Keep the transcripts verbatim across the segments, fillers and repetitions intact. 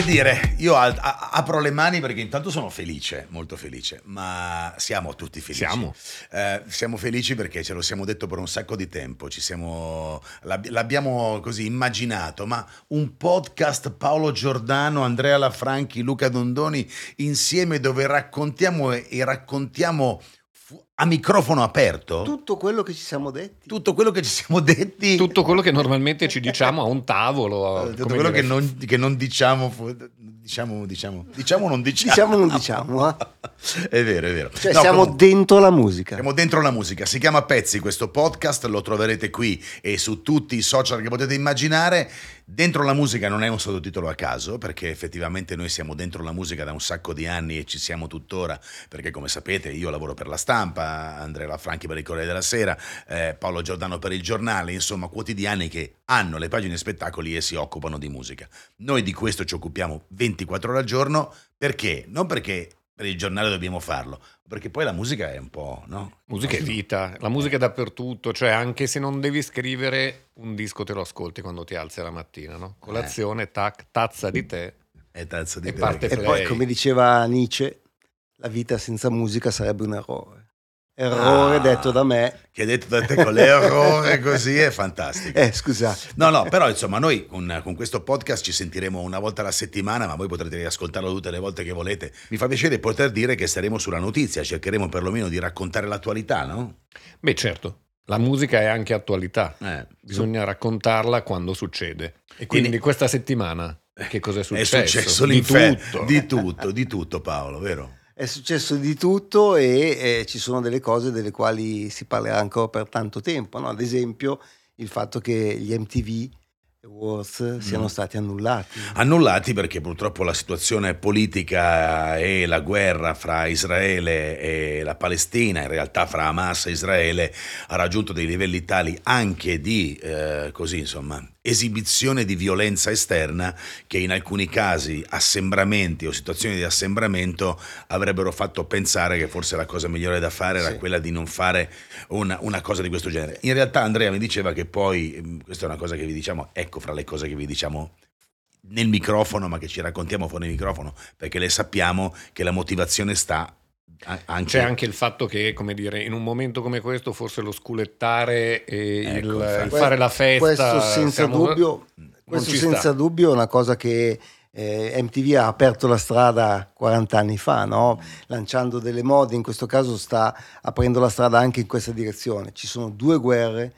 dire, io al- a- apro le mani perché intanto sono felice, molto felice, ma siamo tutti felici. Siamo. Eh, siamo felici perché ce lo siamo detto per un sacco di tempo, ci siamo, l'ab- l'abbiamo così immaginato, ma un podcast Paolo Giordano, Andrea Lafranchi, Luca Dondoni insieme dove raccontiamo e, e raccontiamo fu- a microfono aperto Tutto quello che ci siamo detti. tutto quello che ci siamo detti. Tutto quello che normalmente ci diciamo a un tavolo. Eh, tutto come quello dire, che non, che non diciamo, fu- diciamo, diciamo, diciamo, non diciamo. Diciamo non diciamo, eh? È vero, è vero. Cioè No, siamo comunque, dentro la musica. siamo dentro la musica. Si chiama Pezzi questo podcast, lo troverete qui e su tutti i social che potete immaginare. Dentro la musica non è un sottotitolo a caso, perché effettivamente noi siamo dentro la musica da un sacco di anni e ci siamo tuttora, perché come sapete io lavoro per La Stampa, Andrea Lafranchi per il Corriere della Sera, eh, Paolo Giordano per il Giornale, insomma quotidiani che hanno le pagine spettacoli e si occupano di musica. Noi di questo ci occupiamo ventiquattro ore al giorno, perché? Non perché per il giornale dobbiamo farlo, perché poi la musica è un po', no? Musica è vita, la musica è dappertutto, cioè anche se non devi scrivere un disco te lo ascolti quando ti alzi la mattina, no? Colazione, tac, tazza di tè. È tazza di E te parte che- E play. poi, come diceva Nietzsche, la vita senza musica sarebbe un errore. Errore Ah. detto da me. che hai detto da te con l'errore così è fantastico. Eh, scusa. No, no, però insomma noi con, con questo podcast ci sentiremo una volta alla settimana, ma voi potrete riascoltarlo tutte le volte che volete. Mi fa piacere poter dire che staremo sulla notizia, cercheremo perlomeno di raccontare l'attualità, no? Beh, certo, la musica è anche attualità, Eh, bisogna raccontarla quando succede. E quindi, Quindi- questa settimana che cosa è è successo? successo Di l'inferno, tutto. di tutto, di tutto Paolo, vero? È successo di tutto e eh, ci sono delle cose delle quali si parlerà ancora per tanto tempo, no? Ad esempio il fatto che gli M T V Awards siano Mm. stati annullati. Annullati perché purtroppo la situazione politica e la guerra fra Israele e la Palestina, in realtà fra Hamas e Israele, ha raggiunto dei livelli tali anche di eh, così insomma esibizione di violenza esterna che in alcuni casi assembramenti o situazioni di assembramento avrebbero fatto pensare che forse la cosa migliore da fare era Sì. quella di non fare una, una cosa di questo genere. In realtà Andrea mi diceva che poi, ehm, questa è una cosa che vi diciamo, ecco fra le cose che vi diciamo nel microfono, ma che ci raccontiamo fuori microfono, perché le sappiamo che la motivazione sta a- anche... C'è anche il fatto che, come dire, in un momento come questo, forse lo sculettare e Ecco, il, infatti. il fare la festa. Questo senza siamo- dubbio, non questo ci senza sta. dubbio è una cosa che eh, M T V ha aperto la strada quaranta anni fa, no? Lanciando delle mode, in questo caso sta aprendo la strada anche in questa direzione. Ci sono due guerre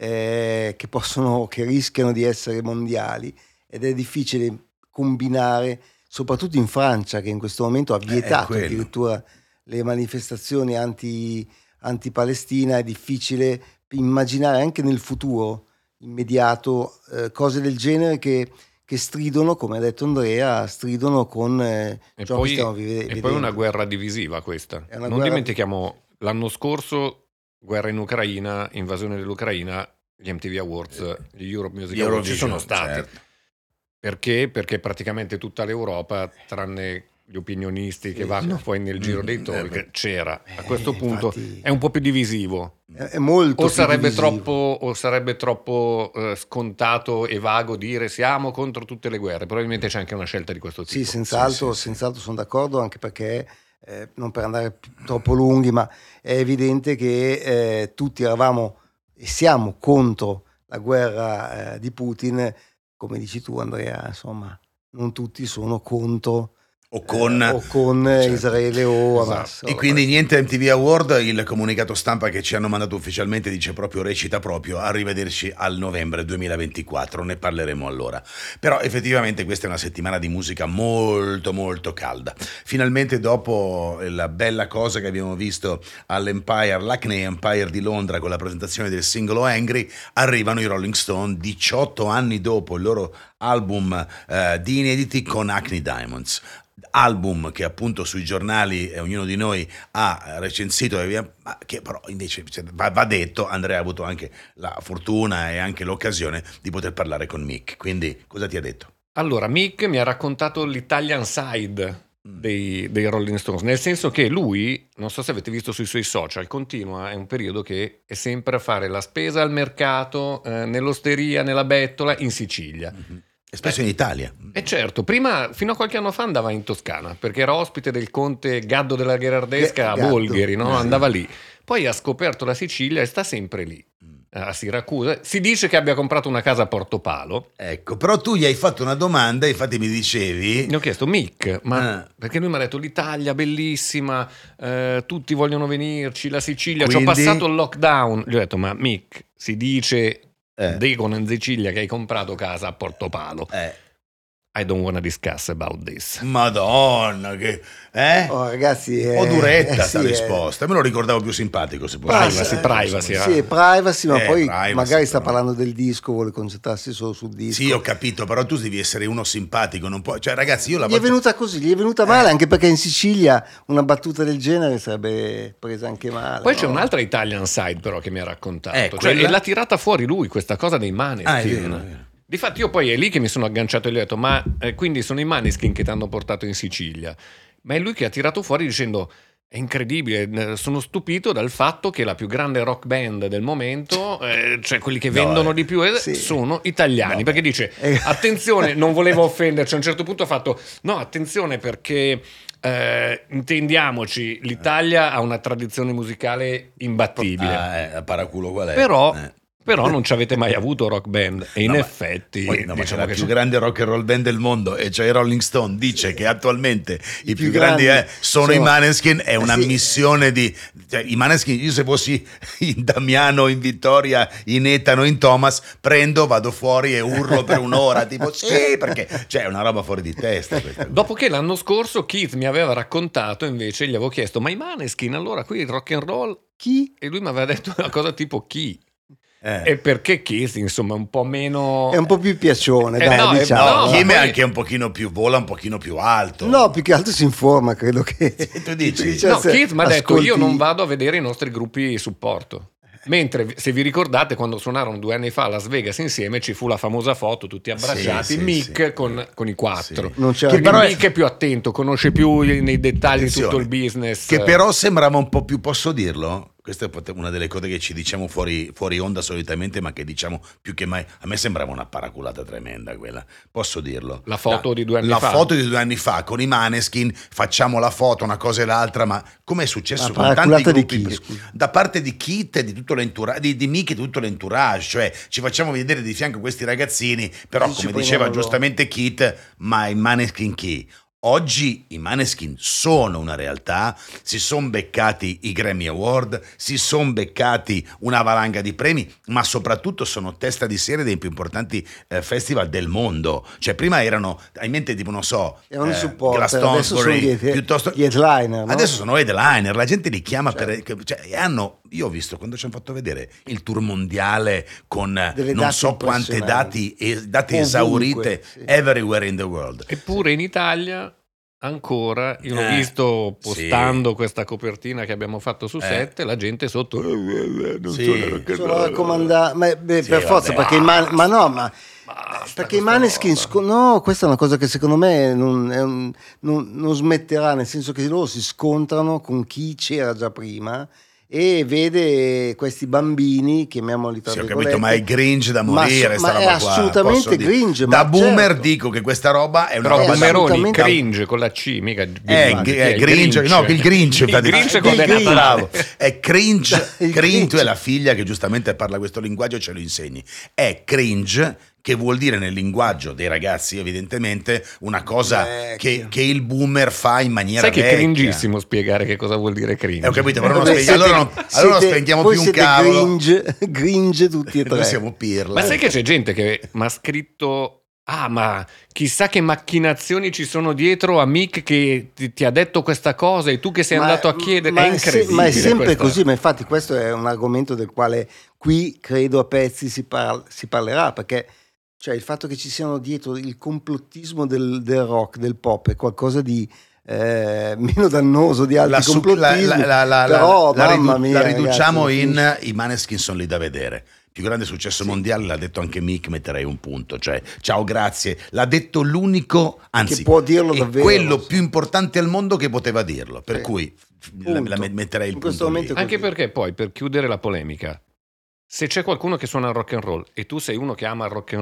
eh, che possono, che rischiano di essere mondiali ed è difficile combinare, soprattutto in Francia, che in questo momento ha vietato quello. addirittura le manifestazioni anti, anti-Palestina. È difficile immaginare anche nel futuro immediato eh, cose del genere che, che stridono, come ha detto Andrea, stridono con eh, E ciò poi, che stiamo vive- e vedendo. poi è una guerra divisiva questa. È una Non guerra- dimentichiamo, l'anno scorso, guerra in Ucraina, invasione dell'Ucraina, gli M T V Awards, gli Europe Music Gli Awards ci Eurovision, sono stati. certo. Perché? Perché praticamente tutta l'Europa, tranne gli opinionisti Sì, che vanno sì. poi nel giro Mm, dei eh, talk, beh. c'era. A Eh, questo punto infatti- è un po' più divisivo. È, è molto O più sarebbe, divisivo. troppo, o sarebbe troppo eh, scontato e vago dire siamo contro tutte le guerre. Probabilmente c'è anche una scelta di questo tipo. Sì, senz'altro, Sì, sì, sì. senz'altro sono d'accordo, anche perché, eh, non per andare più- troppo lunghi, ma è evidente che eh, tutti eravamo e siamo contro la guerra eh, di Putin, come dici tu Andrea, insomma, non tutti sono contro O con, eh, o con eh, certo. Israele o Esatto. Hamas. E quindi niente M T V Award, il comunicato stampa che ci hanno mandato ufficialmente dice proprio, recita proprio, arrivederci al novembre duemilaventiquattro, ne parleremo allora. Però effettivamente questa è una settimana di musica molto molto calda. Finalmente dopo la bella cosa che abbiamo visto all'Empire, l'Acne Empire di Londra con la presentazione del singolo Angry, arrivano i Rolling Stone diciotto anni dopo il loro album eh, di inediti con Acne Diamonds. Album che appunto sui giornali eh, ognuno di noi ha recensito e via, ma che però invece cioè, va, va detto, Andrea ha avuto anche la fortuna e anche l'occasione di poter parlare con Mick, quindi cosa ti ha detto? Allora, Mick mi ha raccontato l'Italian side dei, dei Rolling Stones, nel senso che lui, non so se avete visto sui suoi social, continua, è un periodo che è sempre a fare la spesa al mercato, eh, nell'osteria, nella bettola, in Sicilia. Mm-hmm. E spesso in Italia. E certo, prima, fino a qualche anno fa andava in Toscana, perché era ospite del conte Gaddo della Gherardesca a Gaddo. Bolgheri, no? Eh, sì. Andava lì. Poi ha scoperto la Sicilia e sta sempre lì, a Siracusa. Si dice che abbia comprato una casa a Portopalo. Ecco, però tu gli hai fatto una domanda, infatti mi dicevi... Gli ho chiesto, Mick, ma Ah. perché lui mi ha detto l'Italia bellissima, eh, tutti vogliono venirci, la Sicilia, ci ho Quindi? passato il lockdown. Gli ho detto, ma Mick, si dice, Eh. dicono in Sicilia che hai comprato casa a Portopalo. Eh. I don't wanna discuss about this. Madonna, che... Eh? Oh, ragazzi, Un po' eh, duretta eh, sta sì, eh. risposta. Me lo ricordavo più simpatico, se posso Privacy, dire. privacy, Sì, è privacy, ma Eh, poi privacy, magari sta però. parlando del disco, vuole concentrarsi solo sul disco. Sì, ho capito, però tu devi essere uno simpatico, non puoi... Cioè, ragazzi, io la Gli è volta- venuta così, gli è venuta male, anche perché in Sicilia una battuta del genere sarebbe presa anche male. Poi no? c'è un'altra Italian side però che mi ha raccontato, Eh, cioè, quella- e l'ha tirata fuori lui questa cosa dei Maneskin. Ah, è vero, è vero. Difatti io poi è lì che mi sono agganciato e gli ho detto, ma eh, quindi sono i Maneskin che ti hanno portato in Sicilia? Ma è lui che ha tirato fuori dicendo, è incredibile, eh, sono stupito dal fatto che la più grande rock band del momento, eh, cioè quelli che No, vendono eh, di più, eh, sì. sono italiani, No, perché beh. dice, Eh. attenzione, non volevo offenderci, a un certo punto ha fatto, no, attenzione perché... Eh, intendiamoci, l'Italia ha una tradizione musicale imbattibile. Ah, eh, a paraculo qual è? Però, Eh. però non ci avete mai avuto rock band e in No, ma- effetti Poi, no, ma c'è diciamo la che più c'è- grande rock and roll band del mondo, e cioè i Rolling Stone dice che attualmente i, I più più grandi, grandi eh, sono sono- i Maneskin. È una Eh sì. missione di cioè, i Maneskin. Io se fossi in Damiano, in Vittoria, in Etano, in Thomas, prendo, vado fuori e urlo per un'ora tipo sì, perché cioè, è una roba fuori di testa questa. Dopo che l'anno scorso Keith mi aveva raccontato, invece gli avevo chiesto, ma i Maneskin allora qui il rock and roll? Chi? E lui mi aveva detto una cosa tipo chi? Eh. E perché Keith insomma è un po' meno... È un po' più piacione, Eh, dai, no, eh, diciamo. No, no, Kim ma è poi- anche un pochino più, vola un pochino più alto. No, più che altro si informa, credo che... tu dici? Dice, No, se Keith mi ha detto ascolti- io non vado a vedere i nostri gruppi supporto. Mentre, se vi ricordate, quando suonarono due anni fa a Las Vegas insieme, ci fu la famosa foto, tutti abbracciati, Sì, sì, Mick sì. con, con i quattro. Sì. Non c'era Perché però è- Mick è più attento, conosce più nei dettagli Attenzione, tutto il business. Che però sembrava un po' più, posso dirlo? Questa è una delle cose che ci diciamo fuori, fuori onda solitamente, ma che diciamo più che mai. A me sembrava una paraculata tremenda quella, posso dirlo. La foto La- di due anni la fa. La foto di due anni fa con i Maneskin, facciamo la foto, una cosa e l'altra, ma come è successo La con tanti paraculata di gruppi? chi, scusa? Da parte di Kit e di tutto l'entourage, di, di Mick e tutto l'entourage, cioè ci facciamo vedere di fianco questi ragazzini, però Sì, ci come diceva prendiamo loro. giustamente Kit, ma i Maneskin chi? Oggi i Maneskin sono una realtà, si sono beccati i Grammy Award, si sono beccati una valanga di premi, ma soprattutto sono testa di serie dei più importanti eh, festival del mondo. Cioè prima erano, hai in mente tipo, non so, Erano i eh, supporter, adesso Glastonbury, sono gli head- piuttosto... gli headliner, no? Adesso sono headliner, la gente li chiama per... Cioè, e hanno, io ho visto quando ci hanno fatto vedere il tour mondiale con eh, Delle non date so quante impressionanti. dati, e- date Ovunque, esaurite sì. everywhere in the world. Eppure in Italia ancora, io l'ho Eh, visto postando sì. questa copertina che abbiamo fatto su Eh. sette, la gente sotto "Eh, eh, eh, non Sì. sono rock and Sono roll". raccomandati, ma beh, Sì, per forza, vabbè, perché i man- ma no, ma Basta perché i questa Maneskin, roba. sco- no, questa è una cosa che secondo me non, è un- non- non smetterà, nel senso che loro si scontrano con chi c'era già prima e vede questi bambini, chiamiamoli tra Sì, ho virgolette, capito, ma è cringe da ma morire, so- sta ma è roba qua, assolutamente posso dire. cringe, Da ma boomer certo. dico che questa roba è una Però è roba da... Boomeroni, assolutamente- cringe con la C, mica Eh, Grinch, gr- che è eh, Grinch, no, che il Grinch, il infatti. Grinch Il con le Grinch. Natale. Bravo. È cringe, Il cringe, Grinch. tu è la figlia che giustamente parla questo linguaggio e ce lo insegni. È cringe, che vuol dire nel linguaggio dei ragazzi evidentemente una cosa Vecchio. che, che il boomer fa in maniera Sai che è vecchia. cringissimo spiegare che cosa vuol dire cringe. Eh, ho capito, però non Vabbè, spieghi- allora, non, siete- allora non siete- spenghiamo voi più un siete cavolo. Gringe, gringe tutti e tre. Noi siamo pirla. Ma sai che c'è gente che mi ha scritto ah, ma chissà che macchinazioni ci sono dietro a Mick che ti, ti ha detto questa cosa e tu che sei Ma- andato a chiedere. ma È se- incredibile. ma è sempre questa- così, ma infatti questo è un argomento del quale qui credo a pezzi si, par- si parlerà, perché cioè il fatto che ci siano dietro il complottismo del, del rock, del pop, è qualcosa di eh, meno dannoso di altri la, su- la, complottismi, la, la, la, però la, mamma ridu- mia, la riduciamo ragazzi, in i Maneskin sono lì da vedere. Più grande successo mondiale, l'ha detto anche Mick, metterei un punto, cioè ciao, grazie, l'ha detto l'unico, anzi Che può dirlo è davvero, quello sì. più importante al mondo che poteva dirlo, per Sì. cui la, Punto. la metterei il In questo punto lì. momento- Anche così. perché poi, per chiudere la polemica, se c'è qualcuno che suona il rock and roll e tu sei uno che ama il rock and roll,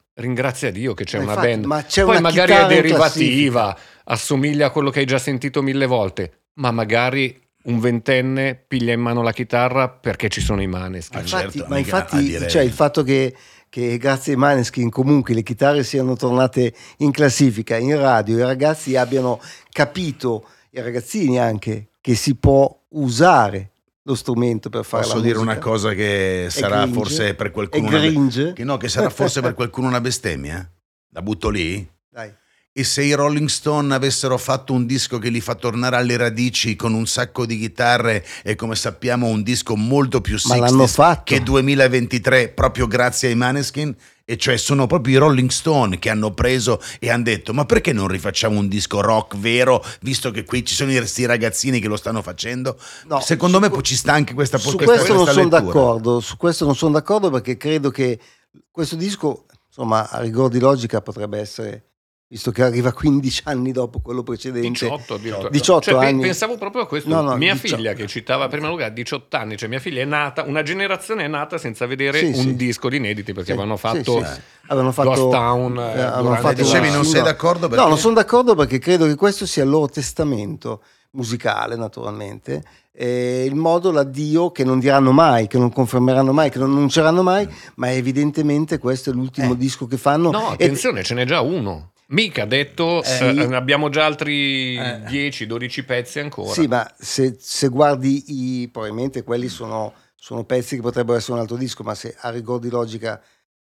ringrazia Dio che c'è Ma una infatti, band. ma c'è Poi una magari è chitarra in derivativa, classifica. assomiglia a quello che hai già sentito mille volte, ma magari un ventenne piglia in mano la chitarra perché ci sono i Maneskin. Ma Infatti, certo, ma mica a infatti dire- cioè, il fatto che, che grazie ai Maneskin comunque le chitarre siano tornate in classifica, in radio, i ragazzi abbiano capito, i ragazzini anche, che si può usare lo strumento per fare Posso la dire musica. una cosa che sarà cringe? forse per È qualcuno una be- cringe? che no, che sarà forse per qualcuno una bestemmia? La butto lì? Dai. E se i Rolling Stone avessero fatto un disco che li fa tornare alle radici con un sacco di chitarre e come sappiamo un disco molto più Ma l'hanno sessanta fatto. che duemilaventitré proprio grazie ai Maneskin, e cioè sono proprio i Rolling Stone che hanno preso e hanno detto ma perché non rifacciamo un disco rock vero visto che qui ci sono questi ragazzini che lo stanno facendo? No, Secondo su me que- poi ci sta anche questa Su questa- questo non questa sono lettura. d'accordo, su questo non sono d'accordo perché credo che questo disco, insomma, a rigor di logica potrebbe essere, visto che arriva quindici anni dopo quello precedente. diciotto addirittura. diciotto Cioè, pe- anni. pensavo proprio a questo. No, no, mia diciotto. figlia che citava prima Luca ha diciotto anni, cioè mia figlia è nata, una generazione è nata senza vedere Sì, un sì. disco di inediti perché Sì, avevano sì, fatto sì, sì. Avevano fatto Ghost Town, eh, eh, avevano durante fatto la- Dicevi, non sei no. d'accordo perché? No, non sono d'accordo perché credo che questo sia il loro testamento musicale, naturalmente, eh, il modo l'addio che non diranno mai, che non confermeranno mai, che non annunceranno mai, ma evidentemente questo è l'ultimo Eh. disco che fanno. No, Ed- attenzione, ce n'è già uno. Mica ha detto, Sì. eh, abbiamo già altri Eh. dieci dodici pezzi ancora. Sì, ma se, se guardi i, probabilmente quelli sono, sono pezzi che potrebbero essere un altro disco, ma se a rigor di logica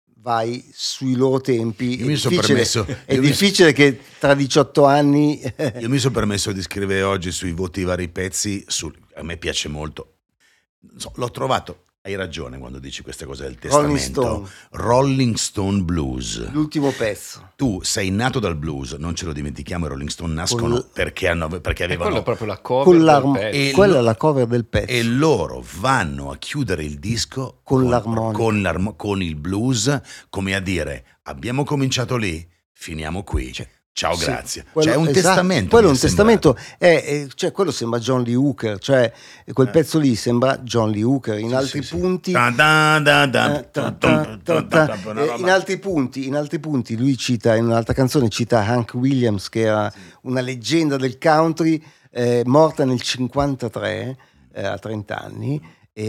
vai sui loro tempi, Io è mi sono difficile, permesso- è io mi- difficile che tra diciotto anni... Io mi sono permesso di scrivere oggi sui voti vari pezzi, sul- a me piace molto. So, l'ho trovato, hai ragione quando dici queste cose del Rolling testamento. Stone. Rolling Stone Blues. L'ultimo pezzo. Tu sei nato dal blues, non ce lo dimentichiamo, i Rolling Stone nascono Col- perché, hanno, perché E quello avevano... è proprio la cover Con del l'armo- pezzo. E quella lo- è la cover del pezzo. E loro vanno a chiudere il disco Con l'armonica. con, l'armo- con il blues, come a dire, abbiamo cominciato lì, finiamo qui. Ciao, Sì, grazie. quello- Cioè è un esatto, testamento. quello è mi un è sembrato. testamento, è, è- cioè quello sembra John Lee Hooker, cioè quel Eh. pezzo lì sembra John Lee Hooker, in Sì, altri sì, sì. punti Da, da, da, da, eh, ta, ta, ta, ta, una eh, roba- in altri punti, in altri punti lui cita, in un'altra canzone cita Hank Williams che era una leggenda del country, eh, morta nel cinquantatré eh, a trenta anni,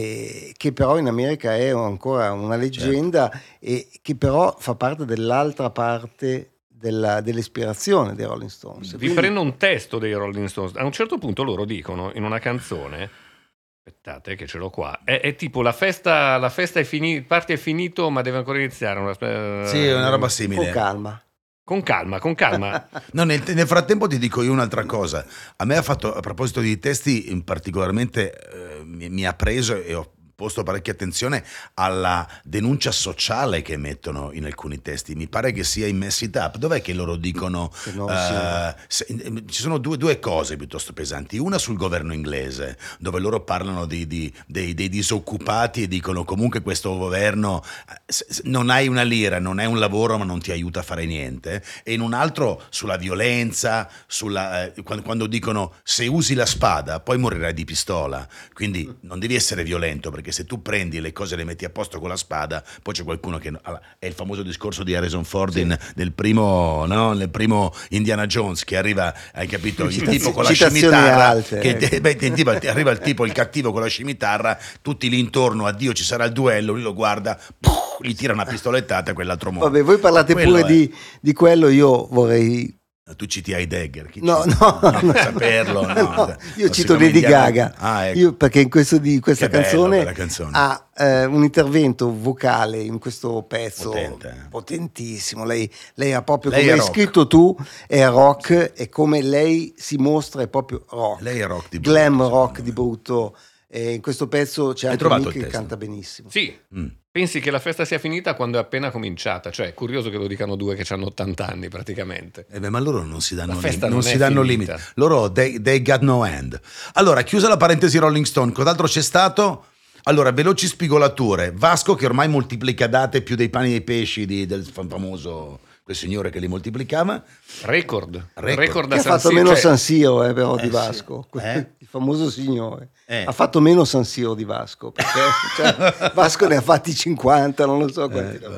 e che però in America è ancora una leggenda e che però fa parte dell'altra parte della- dell'ispirazione dei Rolling Stones. Vi Quindi- prendo un testo dei Rolling Stones. A un certo punto loro dicono in una canzone, aspettate che ce l'ho qua, è, è tipo la festa, la festa è finita, il party è finito ma deve ancora iniziare. Una, spe- Sì, è una roba con simile. calma. Con calma, con calma. No, nel, nel frattempo ti dico io un'altra cosa. A me ha fatto, a proposito di testi, in particolarmente eh, mi, mi ha preso e ho posto parecchia attenzione alla denuncia sociale che mettono in alcuni testi. Mi pare che sia in Mess It Up. Dov'è che loro dicono... Che non eh, se- ci sono due, due cose piuttosto pesanti. Una sul governo inglese, dove loro parlano di- di- dei, dei disoccupati e dicono comunque questo governo eh, se- se non hai una lira, non hai un lavoro ma non ti aiuta a fare niente. E in un altro sulla violenza, sulla, eh, quando, quando dicono se usi la spada poi morirai di pistola. Quindi non devi essere violento, perché se tu prendi le cose e le metti a posto con la spada, poi c'è qualcuno che... allora, è il famoso discorso di Harrison Ford in- nel, primo, no, nel primo Indiana Jones, che arriva, hai capito, il Citazio- tipo con la citazioni scimitarra, alte, che, ecco. beh, il tipo- arriva il tipo, il cattivo con la scimitarra, tutti lì intorno, addio ci sarà il duello, lui lo guarda, puh, gli tira una pistolettata e quell'altro muore. Vabbè, voi parlate Quello pure è. di, di quello, io vorrei... Tu citi Heidegger, chi No, citi? no, no, no. per saperlo, no, No, no, io cito siccome Lady Indiana- Gaga. Ah, ecco. Io, perché in questo di questa Che bello, canzone, quella canzone. ha eh, un intervento vocale in questo pezzo Potente. potentissimo. Lei, lei ha proprio, Lei come è hai rock. scritto tu, è rock, e come lei si mostra è proprio rock. Lei è rock di Glam brutto, rock secondo di me. brutto. E in questo pezzo c'è Hai anche trovato Mick il che testo? canta benissimo. Sì, Mm. pensi che la festa sia finita quando è appena cominciata. Cioè, è curioso che lo dicano due che hanno ottanta anni praticamente. Eh beh, ma loro non si danno, La festa lim- non non è si danno finita. limiti. Loro, they, they got no end. Allora, chiusa la parentesi Rolling Stone, cos'altro c'è stato? Allora, veloci spigolature. Vasco che ormai moltiplica date più dei pani e dei pesci di- del fam- famoso quel signore che li moltiplicava. Record. Record. Record Che da ha San fatto Siro. meno Cioè, San Siro eh, però Eh, di sì. Vasco, Eh? il famoso signore. Eh. Ha fatto meno San Siro di Vasco, perché cioè, Vasco ne ha fatti cinquanta, non lo so quanti. Eh, ne ha fatti.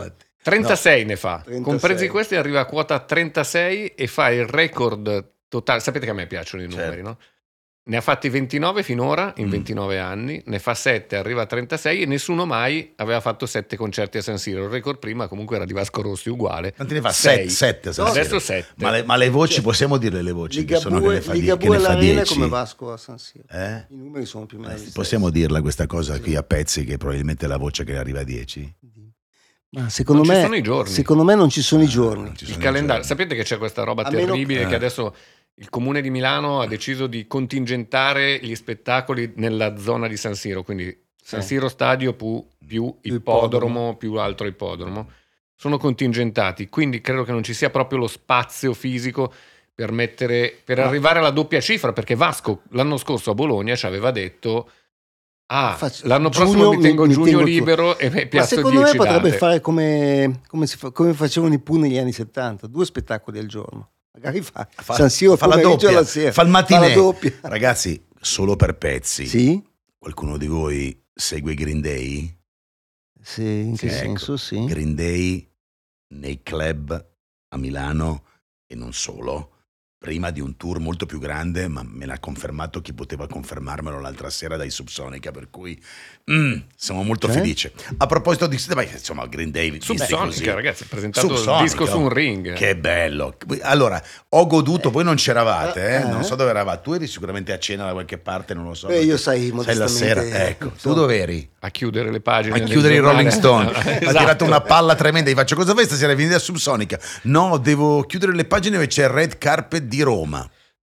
trentasei no. ne fa, trentasei. Compresi questi arriva a quota trentasei e fa il record totale. Sapete che a me piacciono i numeri, certo. no? Ne ha fatti ventinove finora, in Mm. ventinove anni, ne fa sette, arriva a trentasei e nessuno mai aveva fatto sette concerti a San Siro. Il record prima comunque era di Vasco Rossi, uguale. Quanti ne fa? Sei. Sette, sette. Adesso sette. Ma le, ma le voci, Cioè, possiamo dirle le voci che Ligabue, sono che ne fa, die- che Ligabue ne fa all'Arena dieci? come Vasco a San Siro. Eh? I numeri sono più o meno gli stessi. Possiamo dirla questa cosa qui a pezzi, che probabilmente è la voce che arriva a dieci? Ma secondo Non ci me, sono i giorni. secondo me non ci sono i giorni. Non ci Il sono i calendario, giorni. sapete che c'è questa roba A meno- terribile Eh. che adesso il comune di Milano ha deciso di contingentare gli spettacoli nella zona di San Siro, quindi San Sì. Siro stadio più, più Più ippodromo, più altro ippodromo, sono contingentati, quindi credo che non ci sia proprio lo spazio fisico per mettere per Ma- arrivare alla doppia cifra, perché Vasco l'anno scorso a Bologna ci aveva detto ah, Faccio- l'anno prossimo giugno mi tengo mi- mi giugno tengo tu. libero e Ma piazzo secondo me dieci potrebbe date. fare come, come, si fa- come facevano i Pooh negli anni settanta, due spettacoli al giorno. Magari fa, Fa, San Siro fa la pomeriggio doppia, alla sera. fa il Fa mattinè. la doppia. Ragazzi, solo per pezzi. Sì? Qualcuno di voi segue Green Day? Sì, in che Sì, ecco. senso sì? Green Day nei club a Milano e non solo, prima di un tour molto più grande, ma me l'ha confermato chi poteva confermarmelo l'altra sera dai Subsonica, per cui mm, siamo molto Cioè? felici. A proposito di beh, insomma, Green Day visti così. Subsonica, ragazzi, ha presentato Subsonica, il disco su un ring. Che bello. Allora, ho goduto, voi non c'eravate, eh? Eh. Non so dove eravate. Tu eri sicuramente a cena da qualche parte, non lo so. Beh, io perché sai, sei la sera. modestamente, Ecco, tu insomma. dove eri? A chiudere le pagine A del chiudere i giornale. Rolling Stone. Ha Esatto. tirato una palla tremenda. Gli faccio cosa fai stasera? Venite a Subsonica. No, devo chiudere le pagine dove c'è il Red Carpet di Roma.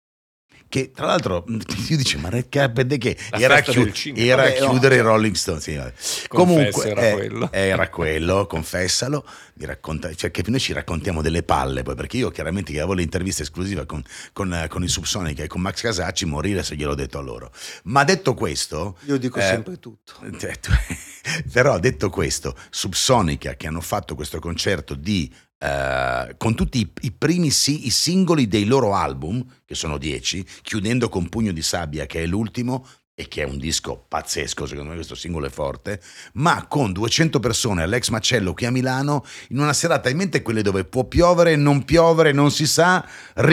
Che tra l'altro io dice ma Red Carpet di che? La Era, festa chiu- del cinema. era Vabbè, no. chiudere i Rolling Stone. Sì, vabbè. Confesso, Comunque era eh, quello. era quello, confessalo. Mi racconta, cioè che noi ci raccontiamo delle palle poi, perché io chiaramente che avevo l'intervista esclusiva con, con, con i Subsonica e con Max Casacci, morire se gliel'ho detto a loro. Ma detto questo, Io dico eh, sempre tutto. cioè, tu- però detto questo, Subsonica che hanno fatto questo concerto di eh, con tutti i, i primi si- i singoli dei loro album, che sono dieci, chiudendo con Pugno di Sabbia, che è l'ultimo e che è un disco pazzesco, secondo me questo singolo è forte, ma con duecento persone all'ex Macello qui a Milano, in una serata in mente quelle dove può piovere, non piovere, non si sa,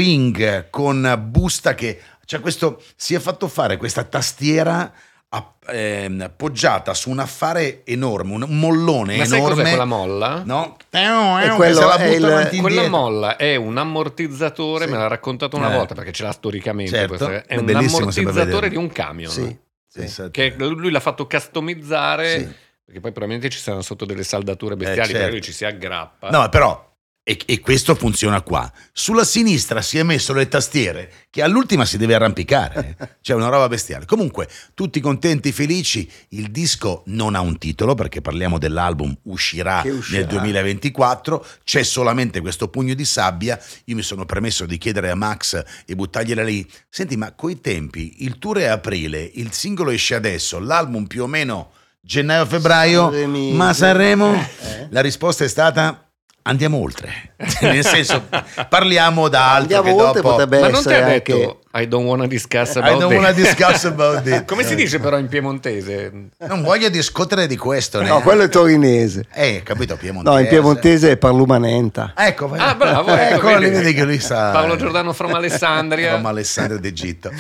ring con busta che cioè questo si è fatto fare questa tastiera app- ehm, appoggiata su un affare enorme, un mollone Ma sai enorme. cos'è quella molla? No? quello Che se la è butta il- avanti e Quella indietro. molla è un ammortizzatore, Sì. me l'ha raccontato una Eh. volta perché ce l'ha storicamente. Certo. questa- È È un bellissimo sempre ammortizzatore vederlo. di un camion. Sì, sì. Esatto. Che lui l'ha fatto customizzare, Sì. perché poi probabilmente ci saranno sotto delle saldature bestiali, certo. perché lui ci si aggrappa. No, però, e, e questo funziona qua. Sulla sinistra si è messo le tastiere, che all'ultima si deve arrampicare. Cioè, una roba bestiale. Comunque, tutti contenti, felici. Il disco non ha un titolo, perché parliamo dell'album, uscirà, Che uscirà. nel duemilaventiquattro. C'è solamente questo Pugno di Sabbia. Io mi sono permesso di chiedere a Max e buttargliela lì. Senti, ma coi tempi, il tour è aprile, il singolo esce adesso, l'album più o meno gennaio-febbraio, Sanremo. ma Sanremo? Eh? La risposta è stata andiamo oltre, nel senso parliamo da altro Andiamo che oltre, dopo potrebbe Ma non ti essere ha anche... detto I don't wanna discuss I about don't it? wanna discuss about it. Come si dice però in piemontese? Non voglio discutere di questo, No, neanche. quello è torinese. Eh, capito, piemontese. No, in piemontese è parlumanenta. Ecco, vai. Ah, bravo, ecco, ecco, vedi, vedi. vedi che lui sa. Paolo Giordano from Alessandria. From Alessandria d'Egitto.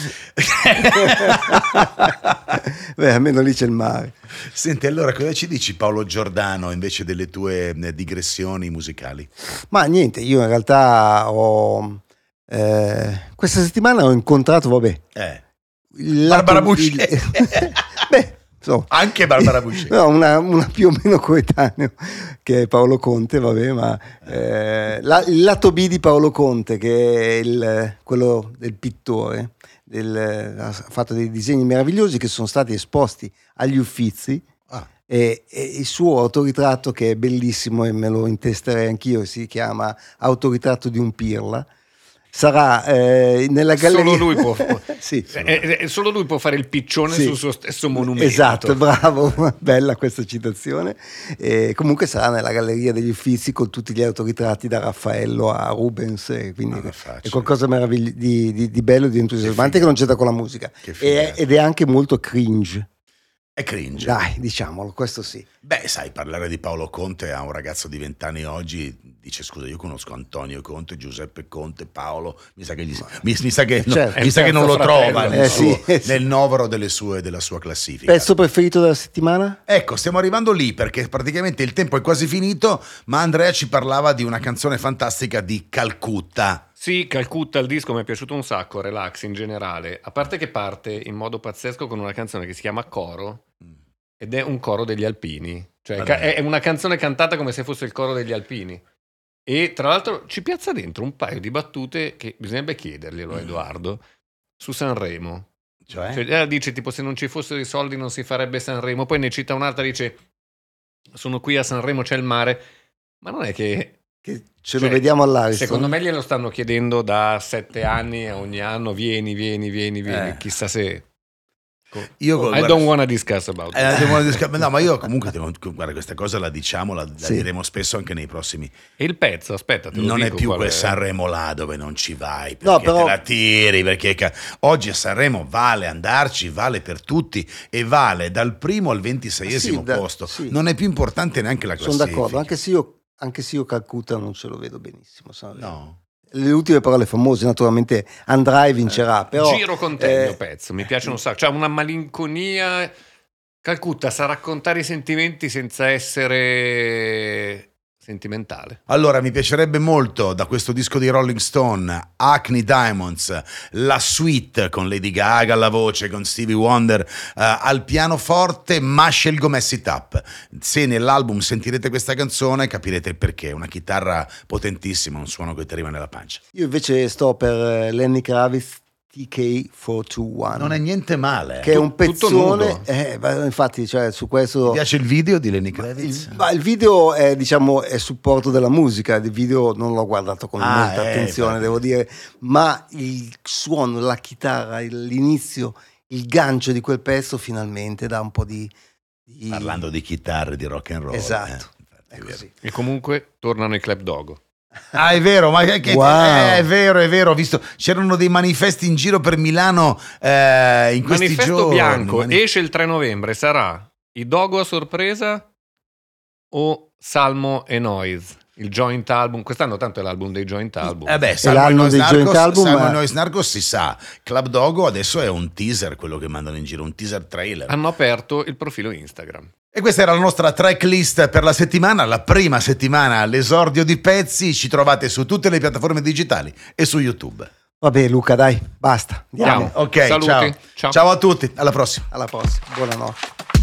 Beh, almeno lì c'è il mare. Senti, allora cosa ci dici Paolo Giordano invece delle tue eh, digressioni musicali? Ma niente, io in realtà ho... eh, questa settimana ho incontrato, vabbè... Eh, il Barbara lato- Busce. il- Beh, insomma... anche Barbara Busce. No, una, una più o meno coetaneo che è Paolo Conte, vabbè, ma eh, la- il lato B di Paolo Conte, che è il- quello del pittore, del- ha fatto dei disegni meravigliosi che sono stati esposti agli Uffizi, Ah, e, e il suo autoritratto, che è bellissimo e me lo intesterei anch'io, si chiama Autoritratto di un Pirla, sarà eh, nella galleria. Solo lui può, Sì. eh, eh, solo lui può fare il piccione Sì. sul suo stesso monumento. Esatto, bravo, bella questa citazione. E comunque sarà nella Galleria degli Uffizi con tutti gli autoritratti da Raffaello a Rubens, e quindi Ma la faccia. è qualcosa meravigli- di, di, di bello, di entusiasmante, che non c'entra con la musica. Che E- figata. ed è anche molto cringe. È cringe. Dai, diciamolo, questo sì. Beh, sai, parlare di Paolo Conte a un ragazzo di vent'anni oggi, dice scusa, io conosco Antonio Conte, Giuseppe Conte, Paolo, mi sa che, gli, mi, mi sa che, no, certo. mi sa che non lo trova nel, eh, suo, sì, nel sì. novero delle sue, della sua classifica. Pezzo preferito della settimana? Ecco, stiamo arrivando lì perché praticamente il tempo è quasi finito, ma Andrea ci parlava di una canzone fantastica di Calcutta. Sì, Calcutta, il disco mi è piaciuto un sacco, Relax in generale, a parte che parte in modo pazzesco con una canzone che si chiama Coro, ed è un coro degli alpini, cioè Vabbè. è una canzone cantata come se fosse il coro degli alpini. E tra l'altro ci piazza dentro un paio di battute che bisognerebbe chiederglielo a Edoardo su Sanremo. Cioè? Cioè, dice tipo se non ci fossero i soldi non si farebbe Sanremo, poi ne cita un'altra, dice sono qui a Sanremo, c'è il mare, ma non è che, che ce cioè, lo vediamo all'Ariston. Secondo me glielo stanno chiedendo da sette anni, ogni anno vieni, vieni, vieni, vieni, Eh. chissà se... Io, I guarda, don't wanna discuss about it. eh, devo disca- no, ma io comunque devo- guarda, questa cosa la diciamo, la, la Sì. diremo spesso anche nei prossimi. E il pezzo, aspetta, te lo Non è dico più qual quel è. Sanremo là dove non ci vai perché No, però- te la tiri, perché ca- oggi a Sanremo vale andarci, vale per tutti e vale dal primo al ventiseiesimo Sì, da- posto. sì. Non è più importante neanche la Sono classifica. d'accordo, anche se io, anche se io Calcutta non ce lo vedo benissimo. Sanremo. No. Le ultime parole famose, naturalmente andrà e vincerà, però Giro con te il eh, mio pezzo, mi piace un sacco. C'ha una malinconia. Calcutta sa raccontare i sentimenti senza essere sentimentale. Allora, mi piacerebbe molto da questo disco di Rolling Stone, Acne Diamonds, la suite con Lady Gaga alla voce, con Stevie Wonder eh, al pianoforte, ma scelgo Mess It Up. Se nell'album sentirete questa canzone capirete il perché, una chitarra potentissima, un suono che ti arriva nella pancia. io invece sto per eh, Lenny Kravitz T K quattrocentoventuno. Non è niente male. che è un tutto pezzone, nudo. eh, ma infatti, cioè, su questo Ti piace il video di Lenny Kravitz? il, ma il video è, diciamo, è supporto della musica. Il video non l'ho guardato con Ah, molta eh, attenzione, infatti. devo dire, ma il suono, la chitarra, il- l'inizio, il gancio di quel pezzo finalmente dà un po' di, di- Parlando di chitarre, di rock and roll. Esatto, eh, infatti, è è vero. così. E comunque tornano i Club Dogo. Ah, è vero, ma che, che- Wow. eh, è vero, è vero. Ho visto, c'erano dei manifesti in giro per Milano eh, in questi Manifesto giorni. bianco Mani- esce il tre novembre, sarà i Dogo a sorpresa o Salmo e Noise, il joint album. Quest'anno tanto è l'album dei joint album. Eh beh, Salmo e l'anno Noise dei joint Narcos, album, Salmo ma- e Noise Narcos si sa. Club Dogo adesso è un teaser, quello che mandano in giro, un teaser trailer. Hanno aperto il profilo Instagram. E questa era la nostra tracklist per la settimana, la prima settimana, l'esordio di pezzi. Ci trovate su tutte le piattaforme digitali e su YouTube. Vabbè, Luca, dai, basta. Andiamo. Ciao. Ok, Saluti. ciao. Ciao. Ciao a tutti, alla prossima. Alla prossima. Buonanotte.